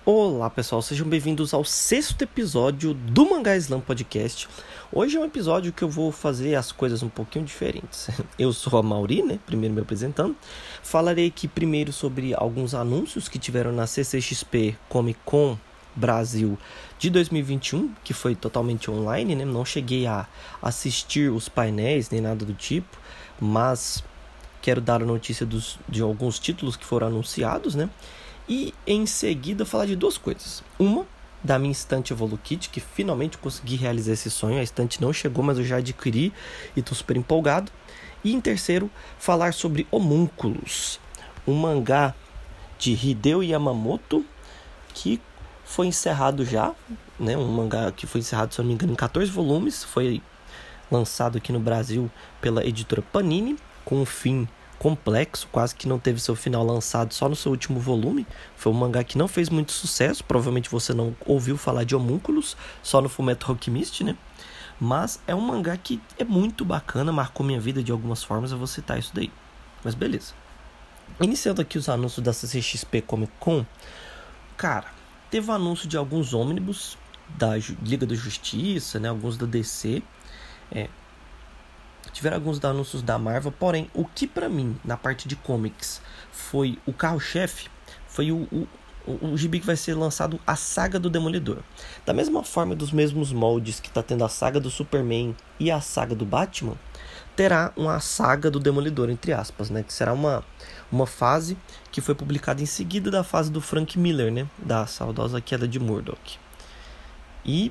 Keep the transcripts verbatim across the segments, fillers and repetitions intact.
Olá pessoal, sejam bem-vindos ao sexto episódio do Mangá Slam Podcast. Hoje é um episódio que eu vou fazer as coisas um pouquinho diferentes. Eu sou a Mauri, né? Primeiro me apresentando. Falarei aqui primeiro sobre alguns anúncios que tiveram na C C X P Comic Con Brasil de dois mil e vinte e um, que foi totalmente online, né? Não cheguei a assistir os painéis nem nada do tipo, mas quero dar a notícia dos, de alguns títulos que foram anunciados, né? E em seguida falar de duas coisas. Uma, da minha estante Evolukit, que finalmente consegui realizar esse sonho. A estante não chegou, mas eu já adquiri e estou super empolgado. E em terceiro, falar sobre Homúnculos, um mangá de Hideo Yamamoto que foi encerrado já, né? Um mangá que foi encerrado, se eu não me engano, em catorze volumes. Foi lançado aqui no Brasil pela editora Panini, com um fim complexo, quase que não teve seu final lançado, só no seu último volume. Foi um mangá que não fez muito sucesso, provavelmente você não ouviu falar de Homúnculos, só no Fullmetal Alchemist, né? Mas é um mangá que é muito bacana, marcou minha vida de algumas formas, eu vou citar isso daí. Mas beleza. Iniciando aqui os anúncios da C C X P Comic Con, cara, teve o anúncio de alguns ônibus da Liga da Justiça, né? Alguns da D C, é... Tiveram alguns anúncios da Marvel, porém, o que pra mim, na parte de comics, foi o carro-chefe, foi o, o, o, o gibi que vai ser lançado, a Saga do Demolidor. Da mesma forma, dos mesmos moldes que tá tendo a Saga do Superman e a Saga do Batman, terá uma Saga do Demolidor, entre aspas, né? Que será uma, uma fase que foi publicada em seguida da fase do Frank Miller, né? Da saudosa Queda de Murdoch. E,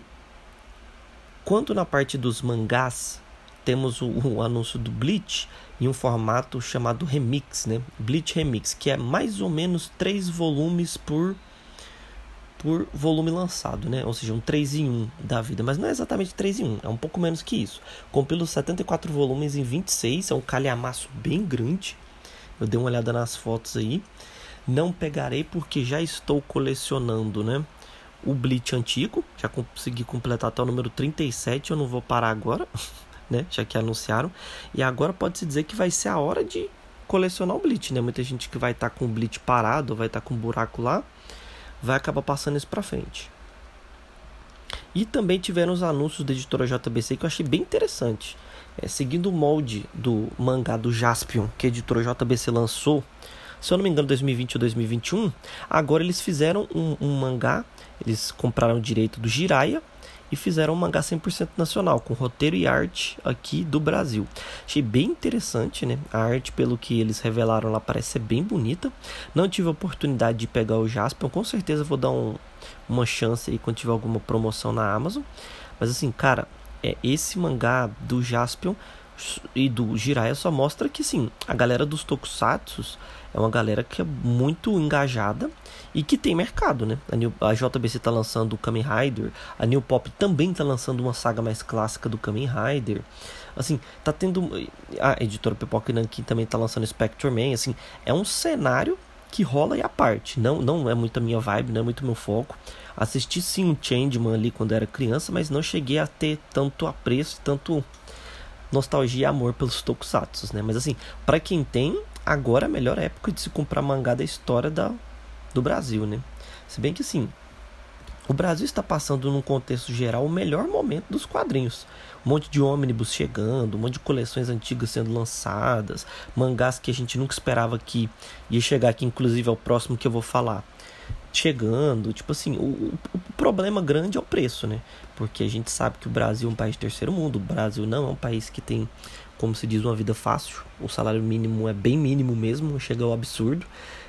quanto na parte dos mangás, temos o, o anúncio do Bleach em um formato chamado Remix, né? Bleach Remix, que é mais ou menos três volumes por, por volume lançado, né? Ou seja, um três em um da vida. Mas não é exatamente três em um, é um pouco menos que isso. Compila os setenta e quatro volumes em vinte e seis, é um calhamaço bem grande. Eu dei uma olhada nas fotos aí. Não pegarei porque já estou colecionando, né? O Bleach antigo, já consegui completar até o número trinta e sete, eu não vou parar agora. Né, já que anunciaram, e agora pode-se dizer que vai ser a hora de colecionar o Bleach, né? Muita gente que vai estar tá com o Bleach parado, vai estar tá com um buraco lá, vai acabar passando isso pra frente. E também tiveram os anúncios da editora J B C que eu achei bem interessante. É, seguindo o molde do mangá do Jaspion, que a editora J B C lançou, se eu não me engano, dois mil e vinte ou dois mil e vinte e um, agora eles fizeram um, um mangá, eles compraram o direito do Jiraiya, e fizeram um mangá cem por cento nacional, com roteiro e arte aqui do Brasil. Achei bem interessante, né? A arte, pelo que eles revelaram lá, parece ser bem bonita. Não tive a oportunidade de pegar o Jaspion, com certeza vou dar um, uma chance aí quando tiver alguma promoção na Amazon. Mas assim, cara, é, esse mangá do Jaspion e do Jiraiya só mostra que, sim, a galera dos Tokusatsu é uma galera que é muito engajada e que tem mercado, né? A, New, a J B C tá lançando o Kamen Rider, a New Pop também tá lançando uma saga mais clássica do Kamen Rider. Assim, tá tendo... A editora Pipoca Nankin também tá lançando Spectre Man. Assim, é um cenário que rola e a parte. Não, não é muito a minha vibe, não é muito meu foco. Assisti sim um Changeman ali quando era criança, mas não cheguei a ter tanto apreço, tanto nostalgia e amor pelos Tokusatsu, né? Mas assim, pra quem tem, agora é a melhor época de se comprar mangá da história da, do Brasil, né? Se bem que assim, o Brasil está passando num contexto geral o melhor momento dos quadrinhos. Um monte de ônibus chegando, um monte de coleções antigas sendo lançadas, mangás que a gente nunca esperava que ia chegar, aqui inclusive é o próximo que eu vou falar, chegando. Tipo assim, o, o problema grande é o preço, né? Porque a gente sabe que o Brasil é um país de terceiro mundo. O Brasil não é um país que tem, como se diz, uma vida fácil. O salário mínimo é bem mínimo mesmo, chega ao absurdo.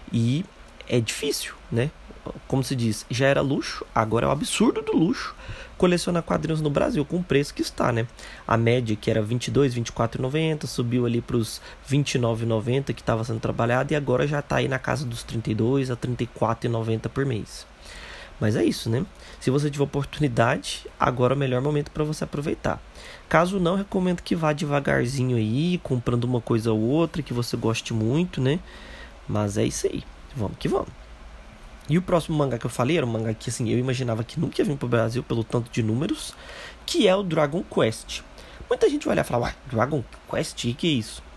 E é difícil, né? Como se diz, já era luxo, agora é o absurdo do luxo colecionar quadrinhos no Brasil, com o preço que está, né? A média, que era vinte e dois reais, vinte e quatro reais e noventa centavos, subiu ali para os vinte e nove reais e noventa centavos que estava sendo trabalhado, e agora já está aí na casa dos trinta e dois a trinta e quatro reais e noventa centavos por mês. Mas é isso, né? Se você tiver oportunidade, agora é o melhor momento para você aproveitar. Caso não, recomendo que vá devagarzinho aí, comprando uma coisa ou outra que você goste muito, né? Mas é isso aí, vamos que vamos. E o próximo mangá que eu falei era um mangá que, assim, eu imaginava que nunca ia vir pro Brasil pelo tanto de números, que é o Dragon Quest. Muita gente vai olhar e falar, uai, Dragon Quest, o que é isso?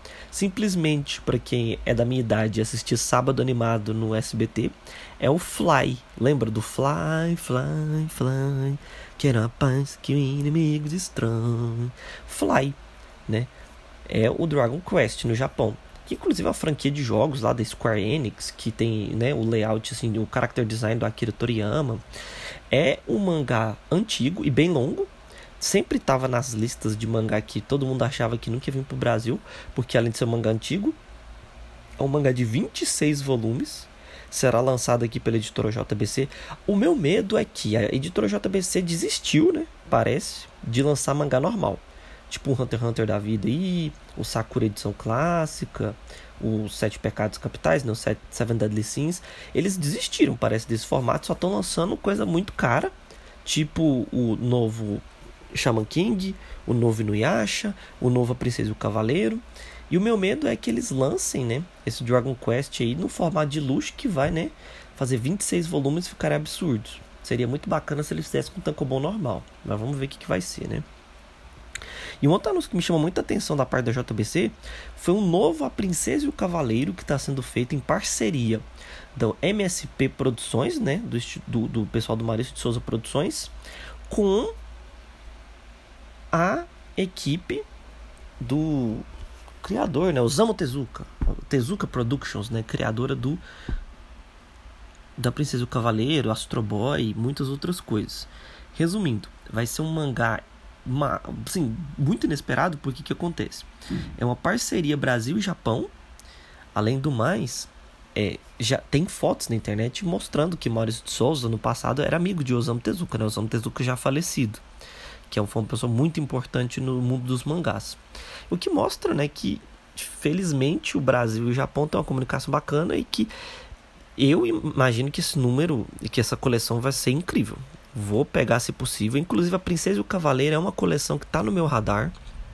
Simplesmente, para quem é da minha idade e assistir Sábado Animado no S B T, é o Fly. Lembra do Fly, Fly, Fly, quero a paz que o inimigo destrói. Fly, né? É o Dragon Quest no Japão. Que inclusive é uma franquia de jogos lá da Square Enix, que tem, né, o layout, assim, o character design do Akira Toriyama. É um mangá antigo e bem longo. Sempre estava nas listas de mangá que todo mundo achava que nunca ia vir pro Brasil, porque além de ser um mangá antigo, é um mangá de vinte e seis volumes, será lançado aqui pela editora J B C. O meu medo é que a editora J B C desistiu, né, parece, de lançar mangá normal, tipo o Hunter x Hunter da vida aí, o Sakura edição clássica, os Sete Pecados Capitais, né, os Seven Deadly Sins. Eles desistiram, parece, desse formato, só estão lançando coisa muito cara, tipo o novo Shaman King, o novo Inuyasha, o novo A Princesa e o Cavaleiro. E o meu medo é que eles lancem, né, esse Dragon Quest aí no formato de luxo, que vai, né, fazer vinte e seis volumes e ficar absurdo. Seria muito bacana se eles fizessem com tankobon normal, mas vamos ver o que, que vai ser, né. E um outro anúncio que me chamou muita atenção da parte da J B C foi um novo A Princesa e o Cavaleiro, que está sendo feito em parceria da M S P Produções, né, do, do, do pessoal do Maurício de Souza Produções, com a equipe do criador, né, Osamu Tezuka, Tezuka Productions, né, criadora do da Princesa e o Cavaleiro, Astro Boy e muitas outras coisas. Resumindo, vai ser um mangá uma, assim, muito inesperado, porque que acontece? É uma parceria Brasil e Japão. Além do mais, é, já tem fotos na internet mostrando que Maurício de Souza no passado era amigo de Osamu Tezuka, né? Osamu Tezuka já falecido, que foi uma pessoa muito importante no mundo dos mangás. O que mostra, né, que felizmente o Brasil e o Japão têm uma comunicação bacana e que eu imagino que esse número e que essa coleção vai ser incrível. Vou pegar se possível. Inclusive a Princesa e o Cavaleiro é uma coleção que está no meu radar.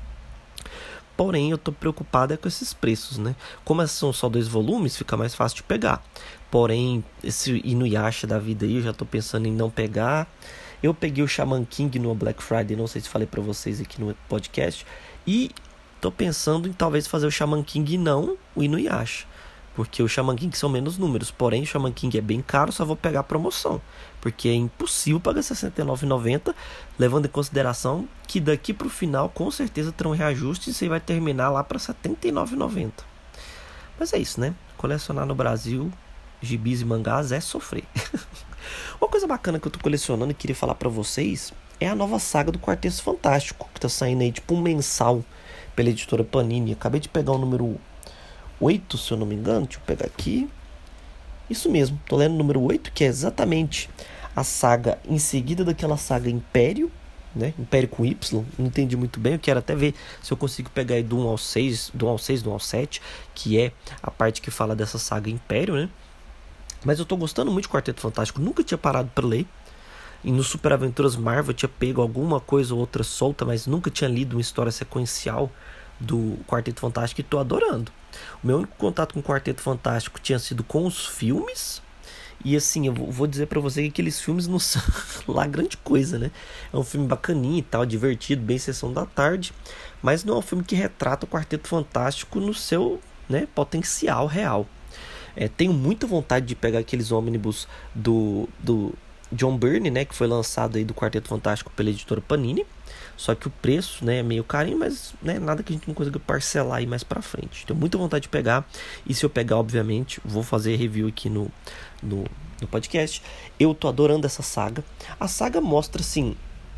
Porém eu estou preocupado é com esses preços, né? Como são só dois volumes, fica mais fácil de pegar. Porém, esse Inuyasha da vida aí, eu já estou pensando em não pegar. Eu peguei o Shaman King no Black Friday, não sei se falei para vocês aqui no podcast. E tô pensando em talvez fazer o Shaman King e não o Inuyasha. Porque o Shaman King são menos números. Porém, o Shaman King é bem caro, só vou pegar a promoção. Porque é impossível pagar sessenta e nove reais e noventa centavos, levando em consideração que daqui pro final, com certeza, terão reajuste e você vai terminar lá para setenta e nove reais e noventa centavos. Mas é isso, né? Colecionar no Brasil, gibis e mangás é sofrer. Uma coisa bacana que eu tô colecionando e queria falar pra vocês é a nova saga do Quarteto Fantástico, que tá saindo aí tipo um mensal pela editora Panini. Acabei de pegar o número oito, se eu não me engano. Deixa eu pegar aqui. Isso mesmo, tô lendo o número oito, que é exatamente a saga em seguida daquela saga Império, né? Império com Y. Não entendi muito bem, eu quero até ver se eu consigo pegar aí do um ao seis, do um ao seis, do um ao sete, que é a parte que fala dessa saga Império, né? Mas eu tô gostando muito de Quarteto Fantástico, nunca tinha parado para ler. E no Super Aventuras Marvel eu tinha pego alguma coisa ou outra solta, mas nunca tinha lido uma história sequencial do Quarteto Fantástico e tô adorando. O meu único contato com o Quarteto Fantástico tinha sido com os filmes. E assim, eu vou dizer pra você que aqueles filmes não são lá grande coisa, né? É um filme bacaninho e tal, divertido, bem sessão da tarde. Mas não é um filme que retrata o Quarteto Fantástico no seu, né, potencial real. É, tenho muita vontade de pegar aqueles ônibus do, do John Byrne, né, que foi lançado aí do Quarteto Fantástico pela editora Panini. Só que o preço, né, é meio carinho, mas, né, nada que a gente não consiga parcelar aí mais pra frente. Tenho muita vontade de pegar. E se eu pegar, obviamente, vou fazer review aqui no, no, no podcast. Eu tô adorando essa saga. A saga mostra, assim,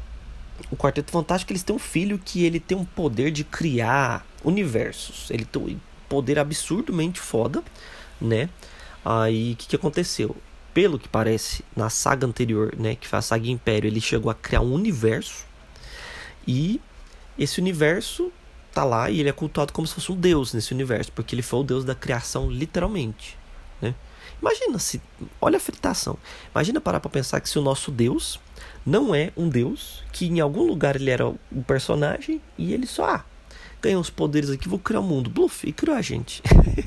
o Quarteto Fantástico, eles têm um filho que ele tem um poder de criar universos. Ele tem um poder absurdamente foda, né? Aí, o que, que aconteceu? Pelo que parece, na saga anterior, né, que foi a saga Império, ele chegou a criar um universo. E esse universo tá lá e ele é cultuado como se fosse um deus nesse universo, porque ele foi o deus da criação, literalmente, né? Imagina se, olha a fritação. Imagina parar pra pensar que se o nosso deus não é um deus, que em algum lugar ele era um personagem e ele só, ah, ganhou uns poderes aqui, vou criar um mundo, bluff, e criou a gente.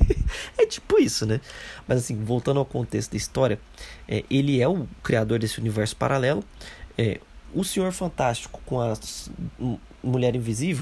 É tipo isso, né? Mas assim, voltando ao contexto da história, é, ele é o criador desse universo paralelo. É, o Senhor Fantástico com a Mulher Invisível,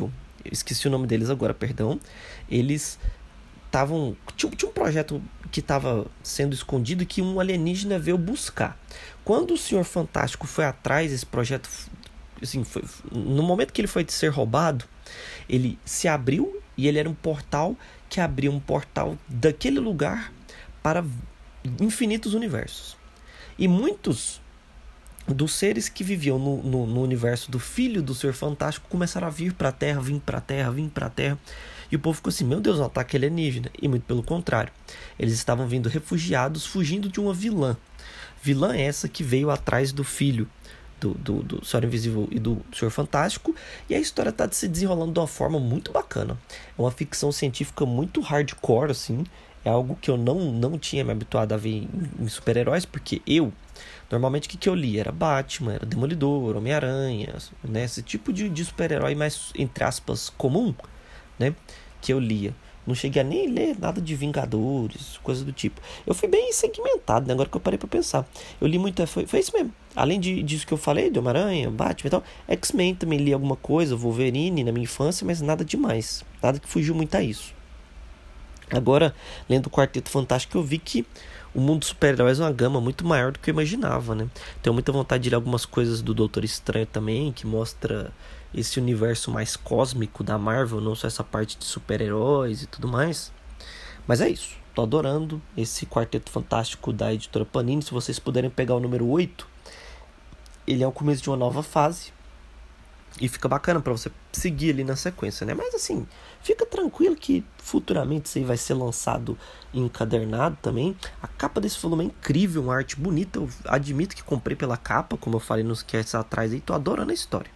esqueci o nome deles agora, perdão. Eles estavam... Tinha, tinha um projeto que estava sendo escondido que um alienígena veio buscar. Quando o Senhor Fantástico foi atrás desse projeto, assim, foi, no momento que ele foi ser roubado, ele se abriu e ele era um portal que abria um portal daquele lugar para infinitos universos. E muitos dos seres que viviam no, no, no universo do filho do Senhor Fantástico começaram a vir para a Terra, vir para a Terra, vir para a Terra. E o povo ficou assim, meu Deus, um ataque alienígena. E muito pelo contrário. Eles estavam vindo refugiados, fugindo de uma vilã. Vilã essa que veio atrás do filho do, do, do Senhor Invisível e do Senhor Fantástico. E a história está se desenrolando de uma forma muito bacana. É uma ficção científica muito hardcore, assim. É algo que eu não, não tinha me habituado a ver em, em super-heróis, porque eu... Normalmente o que, que eu li? Era Batman, era Demolidor, Homem-Aranha, né? Esse tipo de, de super-herói mais, entre aspas, comum, né? Que eu lia. Não cheguei a nem ler nada de Vingadores, coisa do tipo. Eu fui bem segmentado, né? Agora que eu parei pra pensar. Eu li muito, foi, foi isso mesmo. Além de, disso que eu falei, de Homem-Aranha, Batman e tal, X-Men também li alguma coisa, Wolverine na minha infância, mas nada demais. Nada que fugiu muito a isso. Agora, lendo o Quarteto Fantástico, eu vi que o mundo dos super-heróis é uma gama muito maior do que eu imaginava, né? Tenho muita vontade de ler algumas coisas do Doutor Estranho também, que mostra esse universo mais cósmico da Marvel, não só essa parte de super-heróis e tudo mais. Mas é isso, tô adorando esse Quarteto Fantástico da editora Panini. Se vocês puderem pegar o número oito, ele é o começo de uma nova fase. E fica bacana pra você seguir ali na sequência, né? Mas assim, fica tranquilo que futuramente isso aí vai ser lançado encadernado também. A capa desse volume é incrível, uma arte bonita. Eu admito que comprei pela capa, como eu falei nos casts atrás aí. Tô adorando a história.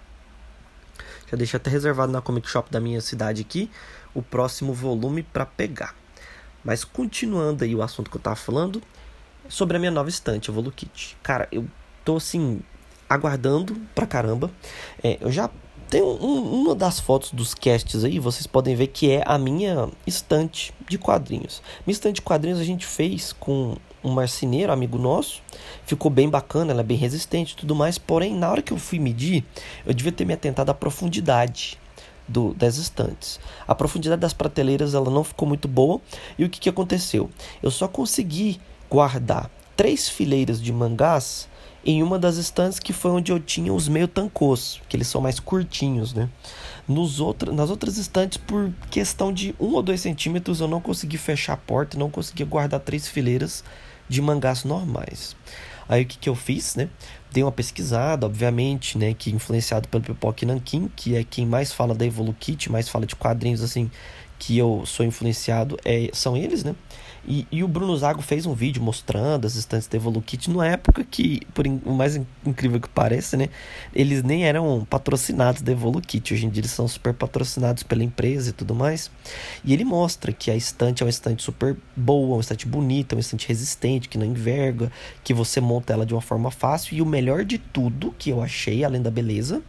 Já deixei até reservado na Comic Shop da minha cidade aqui o próximo volume pra pegar. Mas continuando aí o assunto que eu tava falando, sobre a minha nova estante, a Volukit. Cara, eu tô assim... aguardando pra caramba. É, eu já tenho um, uma das fotos dos casts aí, vocês podem ver que é a minha estante de quadrinhos. Minha estante de quadrinhos a gente fez com um marceneiro, amigo nosso. Ficou bem bacana, ela é bem resistente e tudo mais. Porém, na hora que eu fui medir, eu devia ter me atentado à profundidade do, das estantes. A profundidade das prateleiras ela não ficou muito boa. E o que, que aconteceu? Eu só consegui guardar três fileiras de mangás em uma das estantes que foi onde eu tinha os meio tankos, que eles são mais curtinhos, né? Nos outra, nas outras estantes, por questão de um ou dois centímetros, eu não consegui fechar a porta, não consegui guardar três fileiras de mangás normais. Aí o que, que eu fiz, né? Dei uma pesquisada, obviamente, né? Que influenciado pelo Pipoca e Nanquim, que é quem mais fala da Evolukit, mais fala de quadrinhos, assim, que eu sou influenciado, é, são eles, né? E, e o Bruno Zago fez um vídeo mostrando as estantes da Evolukit numa época que, por in, o mais incrível que pareça, né? Eles nem eram patrocinados da Evolukit. Hoje em dia eles são super patrocinados pela empresa e tudo mais. E ele mostra que a estante é uma estante super boa, uma estante bonita, uma estante resistente, que não enverga, que você monta ela de uma forma fácil. E o melhor de tudo que eu achei, além da beleza,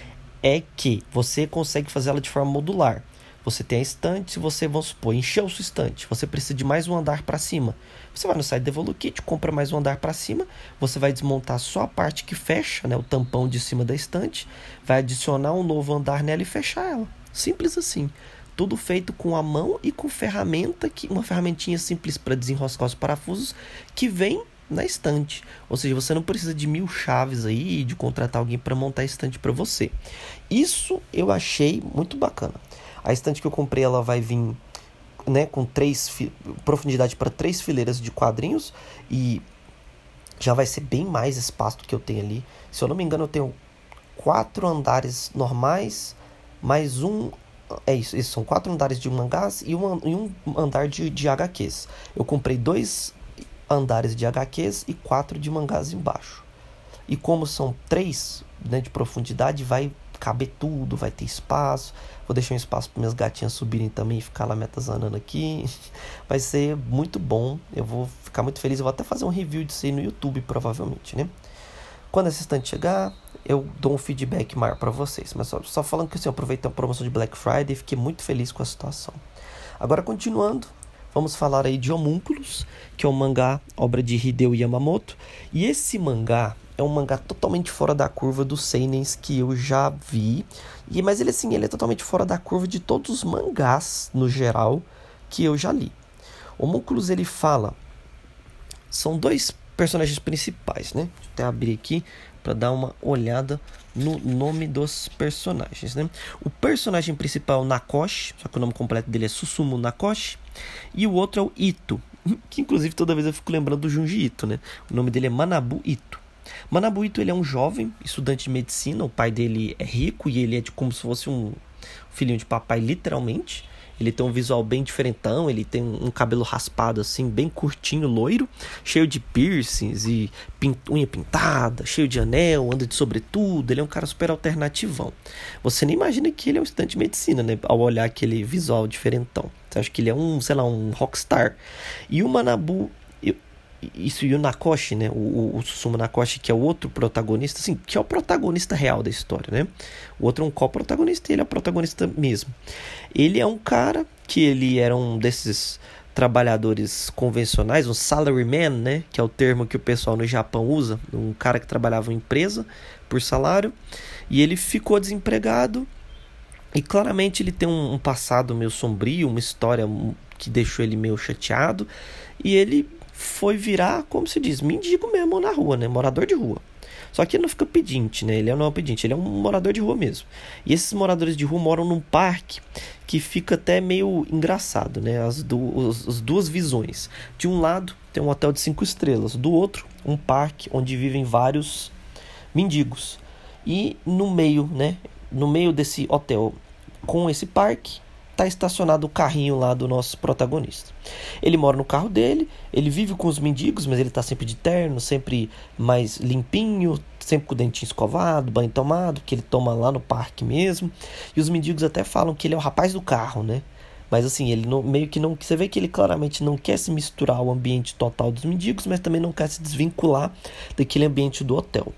é que você consegue fazer ela de forma modular. Você tem a estante, se você, vamos supor, encheu sua estante, você precisa de mais um andar para cima. Você vai no site da Evolukit, compra mais um andar para cima, você vai desmontar só a parte que fecha, né, o tampão de cima da estante, vai adicionar um novo andar nela e fechar ela. Simples assim. Tudo feito com a mão e com ferramenta, que, uma ferramentinha simples para desenroscar os parafusos, que vem na estante. Ou seja, você não precisa de mil chaves aí, de contratar alguém para montar a estante para você. Isso eu achei muito bacana. A estante que eu comprei, ela vai vir, né, com três fi- profundidade para três fileiras de quadrinhos e já vai ser bem mais espaço do que eu tenho ali. Se eu não me engano, eu tenho quatro andares normais, mais um... É isso, isso são quatro andares de mangás e um, e um andar de, de agá quês. Eu comprei dois andares de agá quês e quatro de mangás embaixo. E como são três, né, de profundidade, vai caber tudo, vai ter espaço. Vou deixar um espaço para minhas gatinhas subirem também e ficar lá me atazanando aqui. Vai ser muito bom. Eu vou ficar muito feliz. Eu vou até fazer um review disso aí no YouTube, provavelmente, né? Quando essa estante chegar, eu dou um feedback maior para vocês. Mas só, só falando que assim, eu aproveitei a promoção de Black Friday e fiquei muito feliz com a situação. Agora, continuando, vamos falar aí de Homúnculos, que é um mangá, obra de Hideo Yamamoto. E esse mangá, é um mangá totalmente fora da curva dos seinens que eu já vi. E, mas ele, assim, ele é totalmente fora da curva de todos os mangás, no geral, que eu já li. Homúnculos, ele fala... São dois personagens principais, né? Deixa eu até abrir aqui para dar uma olhada no nome dos personagens, né? O personagem principal é o Nakoshi, só que o nome completo dele é Susumu Nakoshi. E o outro é o Ito, que inclusive toda vez eu fico lembrando do Junji Ito, né? O nome dele é Manabu Ito. Manabu Ito, ele é um jovem estudante de medicina. O pai dele é rico e ele é de como se fosse um filhinho de papai, literalmente. Ele tem um visual bem diferentão, ele tem um cabelo raspado assim, bem curtinho, loiro, cheio de piercings e pint- unha pintada, cheio de anel, anda de sobretudo. Ele é um cara super alternativão. Você nem imagina que ele é um estudante de medicina, né? Ao olhar aquele visual diferentão. Você acha que ele é um, sei lá, um rockstar. E o Manabu... Isso, e o Nakoshi, né? O, o Susumu Nakoshi, que é o outro protagonista, assim, que é o protagonista real da história, né? O outro é um co-protagonista e ele é o protagonista mesmo. Ele é um cara que ele era um desses trabalhadores convencionais, um salaryman, né? Que é o termo que o pessoal no Japão usa. Um cara que trabalhava em empresa por salário. E ele ficou desempregado. E claramente ele tem um, um passado meio sombrio, uma história que deixou ele meio chateado. E ele... foi virar, como se diz, mendigo mesmo na rua, né? Morador de rua. Só que ele não fica pedinte, né? Ele não é um pedinte, ele é um morador de rua mesmo. E esses moradores de rua moram num parque que fica até meio engraçado, né? As, du- as duas visões. De um lado tem um hotel de cinco estrelas, do outro um parque onde vivem vários mendigos. E no meio, né? No meio desse hotel com esse parque, tá estacionado o carrinho lá do nosso protagonista. Ele mora no carro dele, ele vive com os mendigos, mas ele tá sempre de terno, sempre mais limpinho, sempre com o dentinho escovado, banho tomado, que ele toma lá no parque mesmo. E os mendigos até falam que ele é o rapaz do carro, né? Mas assim, ele não, meio que não... Você vê que ele claramente não quer se misturar ao ambiente total dos mendigos, mas também não quer se desvincular daquele ambiente do hotel.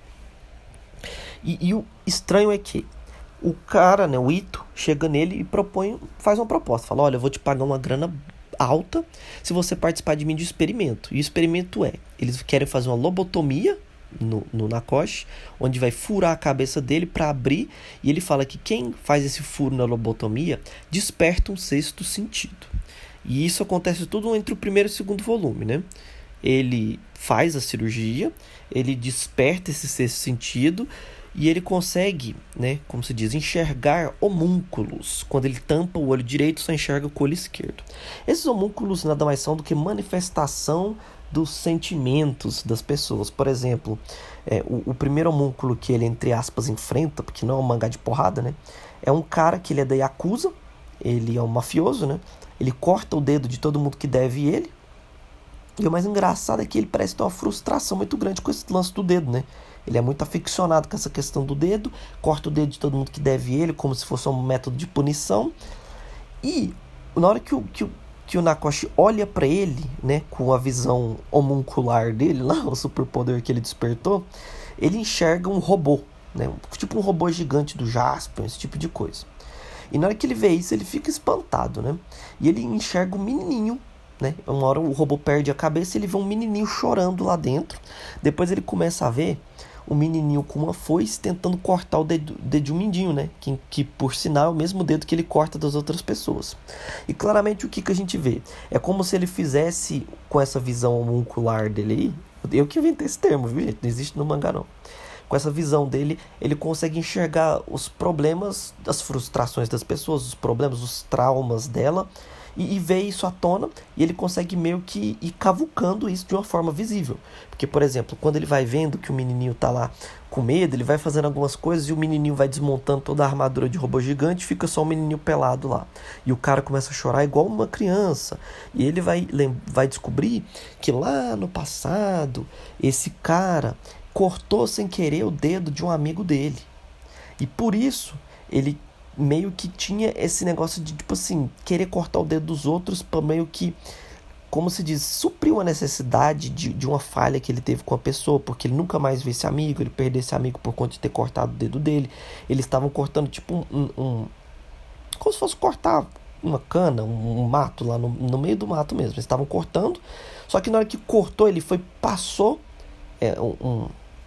E, e o estranho é que o cara, né, o Ito, chega nele e propõe, faz uma proposta. Fala, olha, eu vou te pagar uma grana alta se você participar de mim de um experimento. E o experimento é, eles querem fazer uma lobotomia no, no Nakoshi, onde vai furar a cabeça dele para abrir. E ele fala que quem faz esse furo na lobotomia desperta um sexto sentido. E isso acontece tudo entre o primeiro e o segundo volume, né? Ele faz a cirurgia, ele desperta esse sexto sentido... E ele consegue, né, como se diz, enxergar homúnculos. Quando ele tampa o olho direito, só enxerga com o olho esquerdo. Esses homúnculos nada mais são do que manifestação dos sentimentos das pessoas. Por exemplo, é, o, o primeiro homúnculo que ele, entre aspas, enfrenta, porque não é um mangá de porrada, né? É um cara que ele é da Yakuza, ele é um mafioso, né? Ele corta o dedo de todo mundo que deve ele. E o mais engraçado é que ele parece ter uma frustração muito grande com esse lance do dedo, né? Ele é muito aficionado com essa questão do dedo, corta o dedo de todo mundo que deve ele, como se fosse um método de punição. E na hora que o, que o, que o Nakoshi olha pra ele, né, com a visão homuncular dele, lá, o superpoder que ele despertou, ele enxerga um robô, né, tipo um robô gigante do Jaspion, esse tipo de coisa. E na hora que ele vê isso, ele fica espantado, né? E ele enxerga um menininho, né? Uma hora o robô perde a cabeça e ele vê um menininho chorando lá dentro. Depois ele começa a ver o menininho com uma foice tentando cortar o dedo, dedo de um mindinho, né? Que, que por sinal é o mesmo dedo que ele corta das outras pessoas. E claramente o que, que a gente vê? É como se ele fizesse, com essa visão homuncular dele aí, eu que inventei esse termo, viu, gente? Não existe no mangá, não. Com essa visão dele, ele consegue enxergar os problemas, as frustrações das pessoas, os problemas, os traumas dela, e, e ver isso à tona, e ele consegue meio que ir cavucando isso de uma forma visível. Porque, por exemplo, quando ele vai vendo que o menininho tá lá com medo, ele vai fazendo algumas coisas e o menininho vai desmontando toda a armadura de robô gigante, fica só o menininho pelado lá. E o cara começa a chorar igual uma criança. E ele vai, vai descobrir que lá no passado, esse cara cortou sem querer o dedo de um amigo dele. E por isso, ele meio que tinha esse negócio de, tipo assim, querer cortar o dedo dos outros para meio que, como se diz, suprir uma necessidade de, de uma falha que ele teve com a pessoa, porque ele nunca mais vê esse amigo, ele perdeu esse amigo por conta de ter cortado o dedo dele. Eles estavam cortando, tipo, um, um, um... como se fosse cortar uma cana, um, um mato lá no, no meio do mato mesmo. Eles estavam cortando, só que na hora que cortou, ele foi, passou é, um... um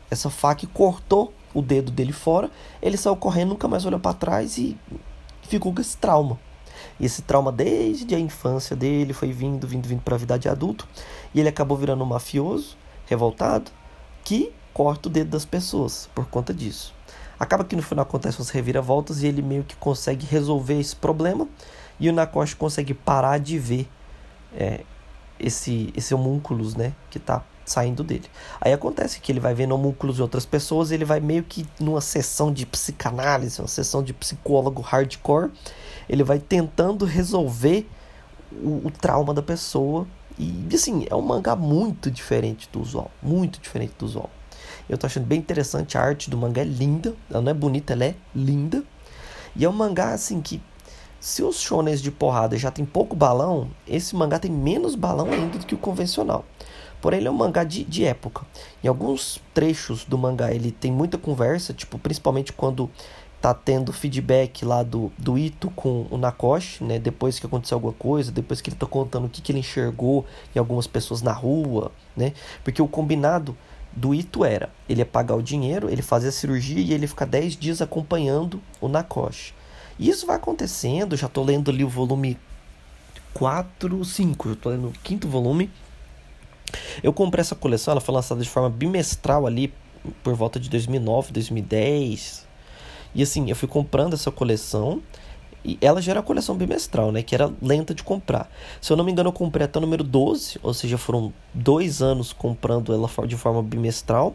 essa faca e cortou o dedo dele fora. Ele saiu correndo, nunca mais olhou para trás e ficou com esse trauma. E esse trauma desde a infância dele foi vindo, vindo, vindo para a vida de adulto. E ele acabou virando um mafioso, revoltado, que corta o dedo das pessoas por conta disso. Acaba que no final acontecem as reviravoltas e ele meio que consegue resolver esse problema. E o Nakoshi consegue parar de ver é, esse, esse homúnculos, né, que está saindo dele. Aí acontece que ele vai vendo homúnculos de outras pessoas e ele vai meio que numa sessão de psicanálise, uma sessão de psicólogo hardcore. Ele vai tentando resolver o, o trauma da pessoa. E assim, é um mangá muito diferente do usual. Muito diferente do usual. Eu tô achando bem interessante, a arte do mangá é linda. Ela não é bonita, ela é linda. E é um mangá assim que, se os shonens de porrada já tem pouco balão, esse mangá tem menos balão ainda do que o convencional. Porém, ele é um mangá de, de época. Em alguns trechos do mangá ele tem muita conversa, tipo, principalmente quando tá tendo feedback lá do, do Ito com o Nakoshi, né? Depois que aconteceu alguma coisa, depois que ele tá contando o que, que ele enxergou em algumas pessoas na rua, né? Porque o combinado do Ito era, ele ia pagar o dinheiro, ele fazia a cirurgia e ele ficar dez dias acompanhando o Nakoshi. E isso vai acontecendo, já tô lendo ali o volume quatro, cinco, eu tô lendo o quinto volume. Eu comprei essa coleção, ela foi lançada de forma bimestral ali por volta de dois mil e nove, dois mil e dez. E assim, eu fui comprando essa coleção e ela já era a coleção bimestral, né? Que era lenta de comprar. Se eu não me engano, eu comprei até o número doze, ou seja, foram dois anos comprando ela de forma bimestral.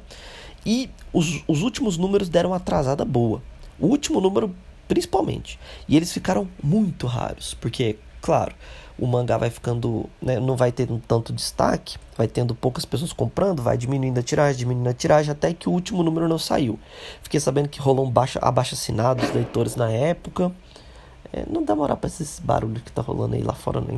E os, os últimos números deram uma atrasada boa. O último número, principalmente. E eles ficaram muito raros, porque, claro, o mangá vai ficando, né, não vai ter um tanto destaque, vai tendo poucas pessoas comprando, vai diminuindo a tiragem, diminuindo a tiragem, até que o último número não saiu. Fiquei sabendo que rolou um baixa, abaixo-assinado dos leitores na época. É, não dá moral pra esses barulhos que tá rolando aí lá fora, nem.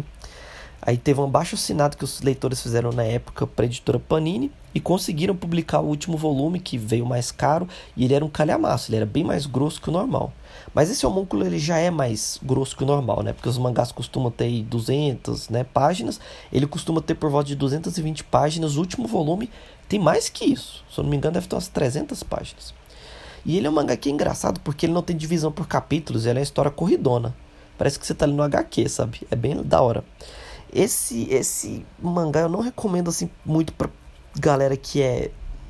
Aí teve um abaixo-assinado que os leitores fizeram na época pra editora Panini e conseguiram publicar o último volume, que veio mais caro, e ele era um calhamaço, ele era bem mais grosso que o normal. Mas esse homúnculo ele já é mais grosso que o normal, né? Porque os mangás costumam ter duzentas, né, páginas, ele costuma ter por volta de duzentas e vinte páginas, o último volume tem mais que isso, se eu não me engano deve ter umas trezentas páginas. E ele é um mangá que é engraçado porque ele não tem divisão por capítulos, ele é uma história corridona. Parece que você tá ali no agá quê, sabe? É bem da hora. Esse, esse mangá eu não recomendo assim muito pra galera que é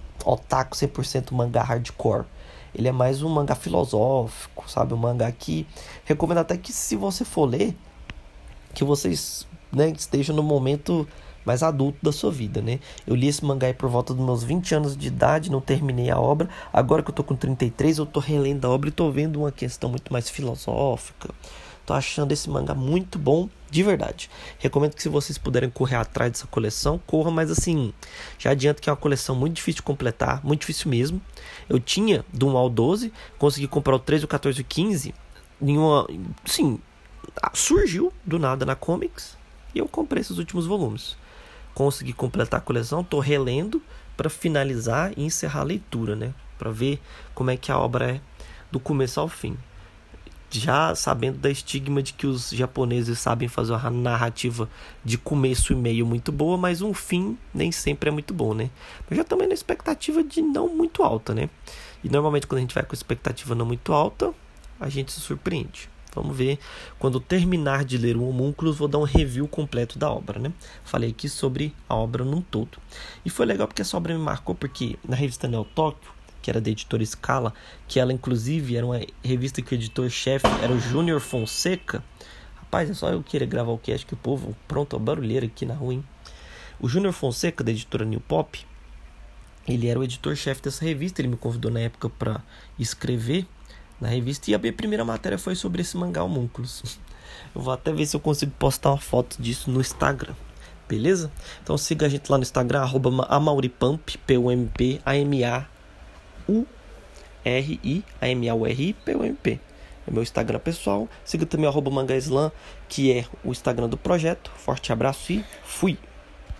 otaku cem por cento mangá hardcore. Ele é mais um mangá filosófico, sabe? Um mangá que recomendo até que, se você for ler, que vocês, né, estejam no momento mais adulto da sua vida, né? Eu li esse mangá aí por volta dos meus vinte anos de idade, não terminei a obra. Agora que eu tô com trinta e três, eu tô relendo a obra e tô vendo uma questão muito mais filosófica. Tô achando esse mangá muito bom, de verdade. Recomendo que, se vocês puderem correr atrás dessa coleção, corra, mas assim, já adianto que é uma coleção muito difícil de completar, muito difícil mesmo. Eu tinha do um ao doze, consegui comprar o treze, o quatorze e o quinze, em uma, sim, surgiu do nada na Comics, e eu comprei esses últimos volumes. Consegui completar a coleção, tô relendo para finalizar e encerrar a leitura, né? Para ver como é que a obra é do começo ao fim. Já sabendo da estigma de que os japoneses sabem fazer uma narrativa de começo e meio muito boa, mas um fim nem sempre é muito bom, né? Mas já também na expectativa de não muito alta, né? E normalmente quando a gente vai com expectativa não muito alta, a gente se surpreende. Vamos ver, quando terminar de ler o Homúnculos, vou dar um review completo da obra, né? Falei aqui sobre a obra num todo. E foi legal porque essa obra me marcou, porque na revista Neo Tóquio, que era da editora Scala, que ela inclusive era uma revista que o editor-chefe era o Júnior Fonseca. Rapaz, é só eu querer gravar o cast que o povo, pronto, a barulheira aqui na rua, hein? O Júnior Fonseca, da editora New Pop, ele era o editor-chefe dessa revista, ele me convidou na época para escrever na revista, e a minha primeira matéria foi sobre esse mangá Homúnculos. Eu vou até ver se eu consigo postar uma foto disso no Instagram, beleza? Então siga a gente lá no Instagram, arroba amauripamp, P U M P, A M A U R I, A M A U R I, P U M P. É meu Instagram pessoal. Siga também o arroba mangaislam, que é o Instagram do projeto. Forte abraço e fui!